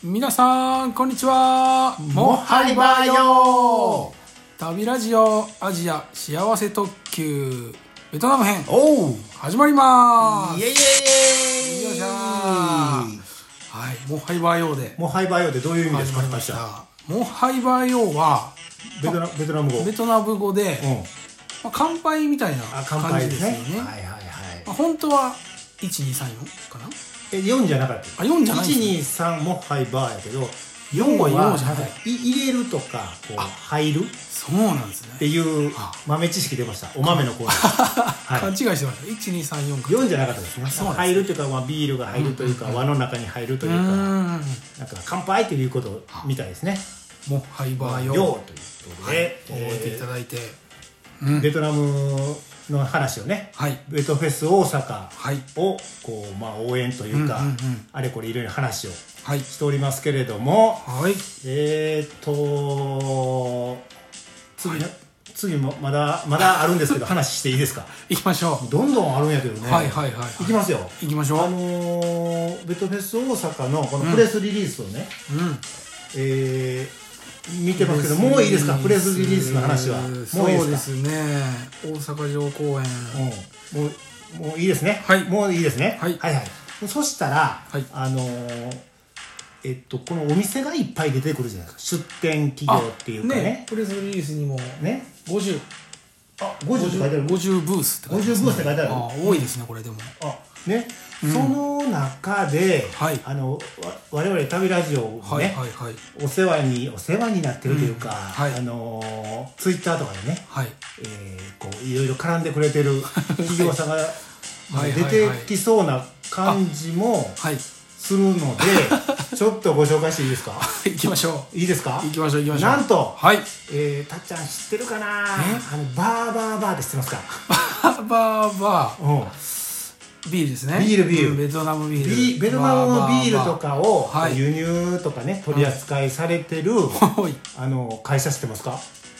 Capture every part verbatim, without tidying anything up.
皆さんこんにちは。 もはイバーよ旅ラジオアジア幸せ特急ベトナム編おう始まりまーす。 イエイエイよっしゃー。はい、もはイバーよでもはイバーよでどういう意味ですか？ 始まりました。もはイバーよはベトナベトナム語ベトナム語で、 うんまあ、乾杯みたいなあ乾感じで杯ですすよね。 ねはいはいはい、 まあ、本当はいちにさんよんかな。 えよんじゃなかったあよんじゃないんですね。 いちにさんもはイバーやけどよんはよんじゃないんかい入れるとかこう入るそうなんですねっていう豆知識出ました。お豆のコーナー、はい、 勘違いしてました。いちにさんよんかよんじゃなかったですね。 そうなんですね。 入るというか、まあ、ビールが入るというか、うんうんうん、輪の中に入るというか、 うんなんか乾杯ということみたいですね。 もうハイバーよということで、 はいえー、 覚えていただいて、 うん、ベトナムの話をね、はい、ベトフェス大阪をこう、まあ、応援というか、うんうんうん、あれこれいろいろ話をしておりますけれども、はい、えーっと次の、はい、次もまだまだあるんですけど話していいですか？ 行きましょう。 どんどんあるんやけどね。 はいはいはい、はい、 行きますよ。 行きましょう。 あのー、ベトフェス大阪のこのプレスリリースをね、うんうん、えー見てますけど、もういいですか？プレスリリースの話はもういいですか？ そうですね。大阪城公演、 うん、もうもういいですね。はい、もういいですね。はい、はいはい。そしたら、はい、あのー、えっとこのお店がいっぱい出てくるじゃないですか。出店企業っていうかね。 ねプレスリリースにもねごじゅうあごじゅうって書いてある。 ごじゅうブースって書いてある。 ごじゅうブースって書いてある。 あ多いですねこれでも。 あね。うん、その中で、はい、あの我々旅ラジオね、はいはいはい、お世話にお世話になってるというか、うんはい、あのツイッターとかでね、はいえー、こういろいろ絡んでくれてる企業さんが出てきそうな感じもするので、ちょっとご紹介していいですか？ 行きましょう。 いいですか？ 行きましょう行きましょう。 なんと、 はいえー、たっちゃん知ってるかな？あのバーバーバーって知ってますか？ バーバーバー。うんビールですね。 ビールビール、 うん、ベトナムビールビベトナムのビールとかを輸入とかね、取り扱いされてる、はい、あの会社知ってますか？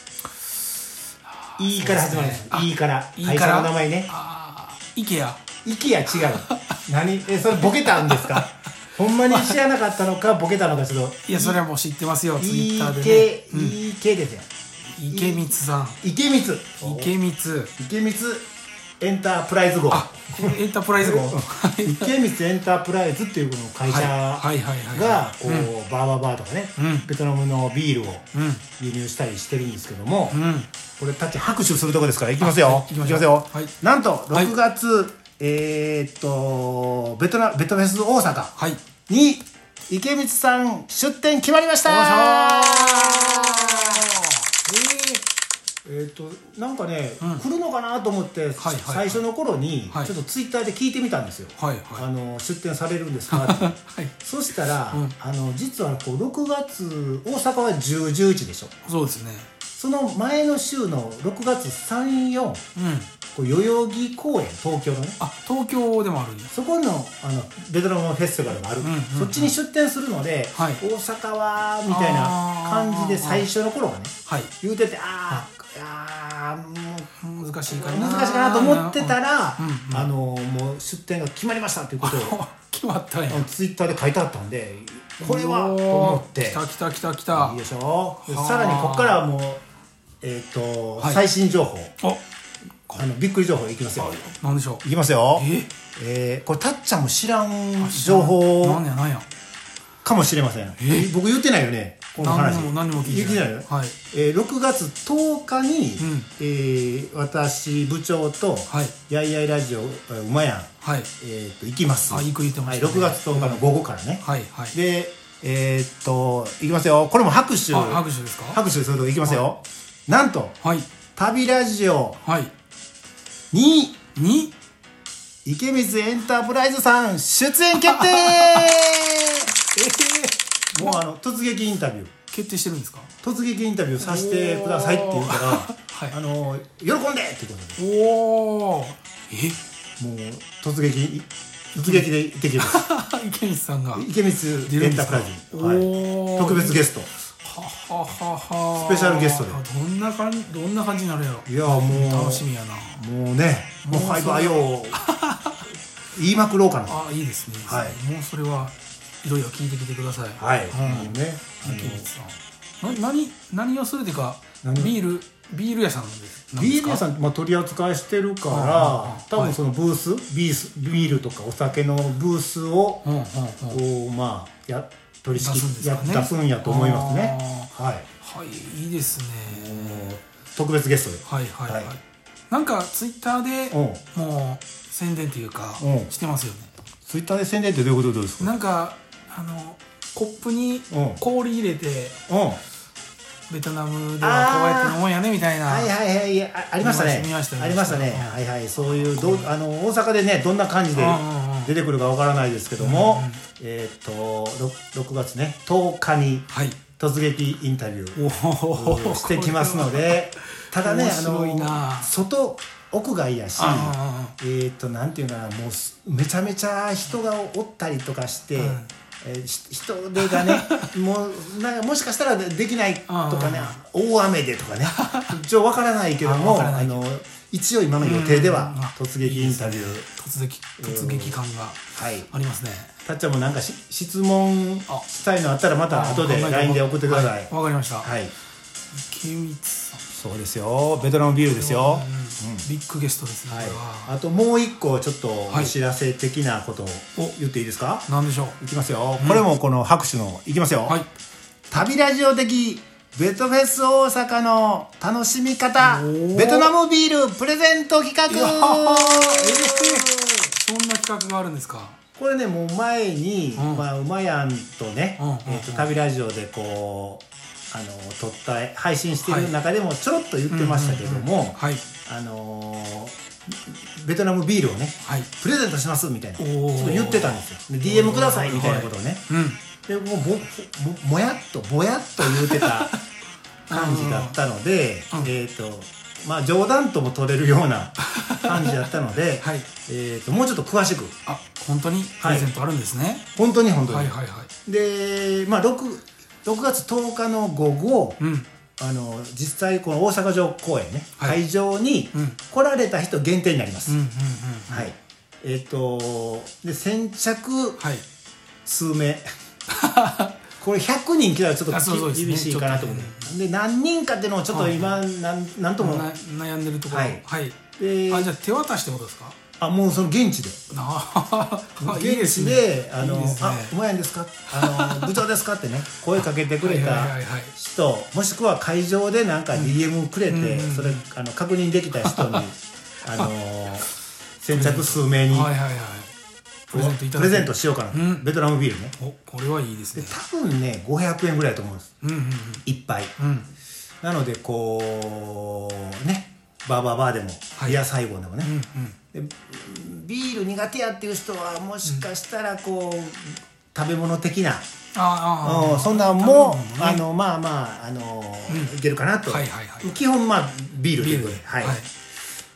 いいから始まるんです。いいから会社の名前ね。 イケアイケア違う何えそれボケたんですか？ほんまに知らなかったのかボケたのかちょっと。 いやそれはもう知ってますよ。ツイッターでね。 イケですよ。 池光さん。 池光池光池光エンタープライズ号。 エンタープライズ号池光エンタープライズっていうこの会社がこうバーバーバーとかね、うん、ベトナムのビールを輸入したりしてるんですけども、うん、これタッチ拍手するとこですからいきますよ。いきますよ、はい、なんとろくがつ、はい、えー、っとベトナベトフェス大阪に池光さん出店決まりました。えー、となんかね、うん、来るのかなと思って、はいはいはい、最初の頃にちょっとツイッターで聞いてみたんですよ、はいはい、あの出店されるんですかって、はい、そしたら、うん、あの実はこうろくがつ大阪はじゅう、じゅういちでしょ。 そうですね。 その前の週のろくがつさん、よん、うん、こう代々木公園東京のねあ東京でもあるんや。 そこの、あのベトナムフェスティバルがある、うんうんうん、そっちに出店するので、はい、大阪はみたいな感じで最初の頃はね、はい、言うててああいやもう難しいかな難しいかなと思ってたら、うんうん、あのもう出店が決まりましたということを決まったんや。 ツイッターで書いてあったんでこれはと思ってきたきたきたきたいいでしょ。さらにここからはもうえっ、ー、と、はい、最新情報あのびっくり情報いきますよ。 何でしょう。 いきますよ。ええー、これたっちゃんも知らん情報なんやなんやかもしれません。え僕言ってないよねこの話。 何も何も聞いてない。 ないよ、はいえー、ろくがつとおかに、うんえー、私部長と、はい、やいやいラジオうまやん、はいえー、と行きます。 あ行く言ってましたね、 はい、ろくがつとおかの午後からね、 うん、はいはいでえー、っといきますよ。これも拍手拍手ですか？ 拍手するといきますよ、はい、なんと、はい、旅ラジオに、 に池光エンタープライズさん出演決定えー、もうあの突撃インタビュー決定してるんですか？ 突撃インタビューさせてくださいって言うから、はい、あの喜んでっていうことでおおえもう突撃一撃でできる池光さんが池光エンタープライズ、はい、特別ゲストははははスペシャルゲストでどんな感じどんな感じになるやろ。 いやもう楽しみやな。 もうねもうファイバーよ言いまくろうかな。 あいいですね。 はい、 もうそれはいろいろ聞いてきてください。 はい、うん、ね、 池光さんな何何をするっていうかビールビール屋さんなんです。 ビール屋さん、まあ、取り扱いしてるから多分そのブース、はい、ビースビールとかお酒のブースを、うんうんうん、こうまあや取り仕切や出すんやと思いますね。はい、 はい、いいですね。 特別ゲストで、 はいはいはい、はい、なんかツイッターでもう宣伝というかしてますよね。 ツイッターで宣伝ってどういうことですか？ なんかあのコップに氷入れて、ベトナムではこうやって飲もんやねみたいな。はいはいはい、ありましたね。ありましたね。はいはい、そういうどあの大阪でねどんな感じで出てくるかわからないですけども、えっとろくがつねとおかに突撃インタビューをしてきますので、ただねあの外屋外やし、えっとなんていうかな、もうめちゃめちゃ人がおったりとかして。えー、人手がねもうなんかもしかしたらできないとかね、大雨でとかね一応わからないけどもあの一応今の予定では突撃インタビュー、 突撃突撃感がありますね。 たっちゃんもなんかし質問したいのあったらまた後で ライン で送ってください。 わかりました。 はい、 池光さん、 そうですよ、ベトナムビールですよ。 ビッグゲストですね。 あともう一個ちょっとお知らせ的なことを言っていいですか？ 何でしょう？ いきますよ。これもこの拍手のいきますよ。旅ラジオ的ベトフェス大阪の楽しみ方、ベトナムビールプレゼント企画。そんな企画があるんですか？ これねもう前にまあうまやんとね旅ラジオでこうあの撮った配信してる中でもちょろっと言ってましたけども、あのベトナムビールをね、はい、プレゼントしますみたいなちょっと言ってたんですよ。で ディーエム くださいみたいなことをね、うん、でもうぼぼもやっとぼやっと言ってた感じだったので、えっとまあ冗談とも取れるような感じだったので、はい、えともうちょっと詳しく、 あ、本当にプレゼントあるんですね。はい、 本当に本当に。 はいはいはい、 でまあ 6, 6月とおかの午後、うん、あの実際この大阪城公園ね、はい、会場に来られた人限定になります。はい。えっ、ー、とで先着数名、はい、これひゃくにん来たらちょっと厳しいかなと思う。で何人かっていうのをちょっと今、はい、なんなんとも悩んでるところ。はい。はい、であじゃあ手渡しってことですか？ あ、もうその現地で現地で「あのあうまいんですか？あの部長ですか?」ってね声かけてくれた人、もしくは会場でなんか ディーエム くれてそれあの確認できた人にあの先着数名にプレゼントしようかなと。ベトナムビールね。 お、これはいいですね。 多分ねごひゃくえんぐらいだと思うんです、いっぱい。なのでこうねバーバーバーでもビア細胞でもね、でビール苦手やっていう人はもしかしたらこう、うん、食べ物的なああそんなんも、ね、あのまあまああの、うん、いけるかなと、はいはいはい、基本まあビールということで、はい、はい、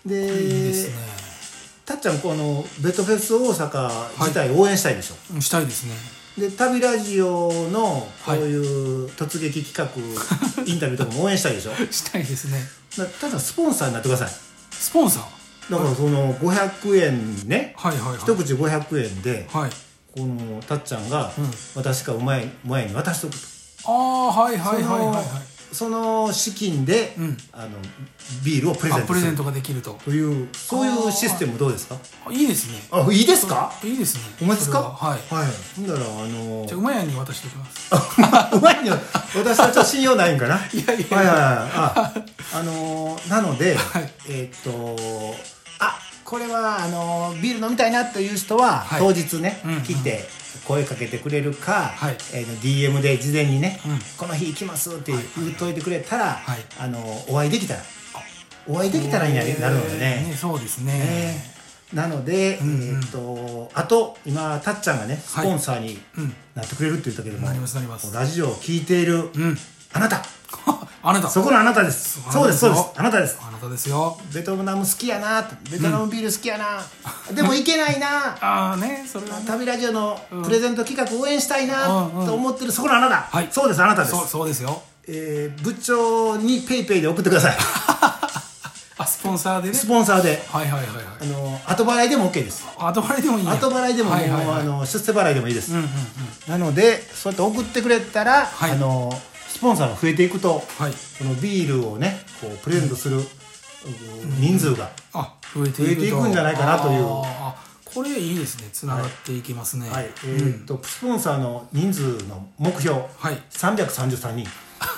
でいいですね。たっちゃんこのベトフェス大阪自体応援したいでしょ？ はい、したいですね。 で旅ラジオのこういう突撃企画、はい、インタビューとかも応援したいでしょ？ したいですね。 ただスポンサーになってください。 スポンサーだからそのごひゃくえんね、はいはいはい、一口ごひゃくえんで、はい、このたっちゃんが、うん、私かうまい前に渡しとくと。 ああはいはいはいはいはい。 その資金で、うん、あのビールをプレゼントする、プレゼントができるというそういうシステムどうですか？ あ、いいですね。 あ、いいですか？ いいですね。 ほんまですか？ はいはい。ほんならあのー、 じゃあうまやんに渡しておきます。 うまいに私はちょっと信用ないんかな。いやいやいや。はいはいはい。あ、あのー、なので、はい、えっ、ー、とあ、これはあのー、ビール飲みたいなという人は、はい、当日ね、うんうん、来て声かけてくれるか、はい、えー、ディーエム で事前にね、うん、この日行きますって言っといてくれたら、はい、あのー、お会いできたらお会いできたらになるのでね。 そうですね。 えー、なので、うんうん、えっとあと今たっちゃんがねスポンサーになってくれるって言ったけども、はい、うん、ラジオを聞いている、うん、あなたあなたそこのあなたです。そうですそうです、あなたです。 あなたですよ。 ベトナム好きやな、ベトナムビール好きやな、うん、でも行けないなああね、それはね、 旅ラジオのプレゼント企画応援したいなと思ってるそこのあなた、はい、そうです、あなたです。 そう、そうですよ。 えー、部長にペイペイで送ってください。 あ、 スポンサーでね。 スポンサーで、 はいはいはいはい。 あの後払いでも OK です。 後払いでもいいや。 後払いでも、もうあの出世払いでもいいです。なのでそうやって送ってくれたら、あのスポンサーが増えていくと、このビールをねこうプレゼントする人数が増えていくんじゃないかなという。 これいいですね。つながっていきますね。 はい。えっとスポンサーの人数の目標さんびゃくさんじゅうさんにん。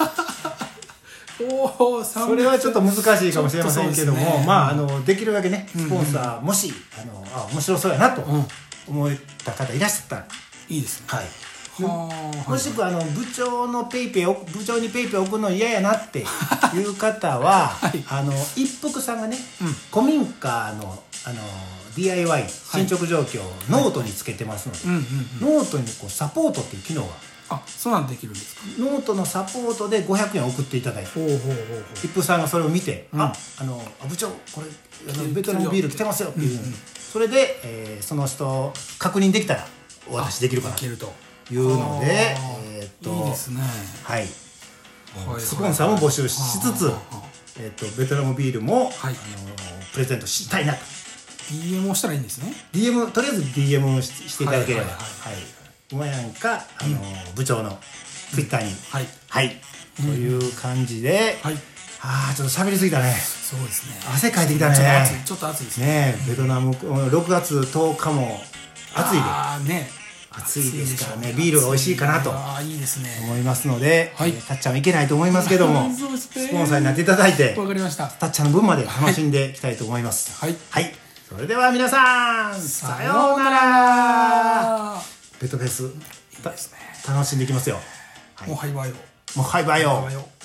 おそれはちょっと難しいかもしれませんけども、まああのできるだけねスポンサーもしあのあ面白そうやなと思った方いらっしゃったらいいですね。 はい。もしくはあの部長のペイペイを部長にペイペイ送るの嫌やなっていう方は、あの一服さんがね古民家のあの ディーアイワイ 進捗状況をノートにつけてますので、ノートにこうサポートっていう機能が、 あ、そうなんできるんですか。 ノートのサポートでごひゃくえん送っていただいて、一服さんがそれを見て、あ、あの部長これベトナムビール来てますよっていう、それでえその人確認できたらお渡しできるかなというので、えっといいですね。はい。スポンサーも募集しつつ、えっとベトナムビールもあのプレゼントしたいなと。 ディーエム をしたらいいんですね。 ディーエム とりあえず ディーエム していただければ、はい。馬やんかあの部長のツイッターに、はいはいという感じで、はい。ああちょっと喋りすぎたね。 そうですね。 汗かいてきたね。 ちょっと暑いですね。ベトナムろくがつとおかも暑いで。 ああね。 暑いですからね、ビールが美味しいかなと思いますので、 はい、 たっちゃんはいけないと思いますけども、スポンサーになっていただいて、 わかりました。 たっちゃんの分まで楽しんでいきたいと思います。はい、はい、それでは皆さん、さようなら。ベトフェス楽しんでいきますよ。 もうハイバイを。 もうハイバイを。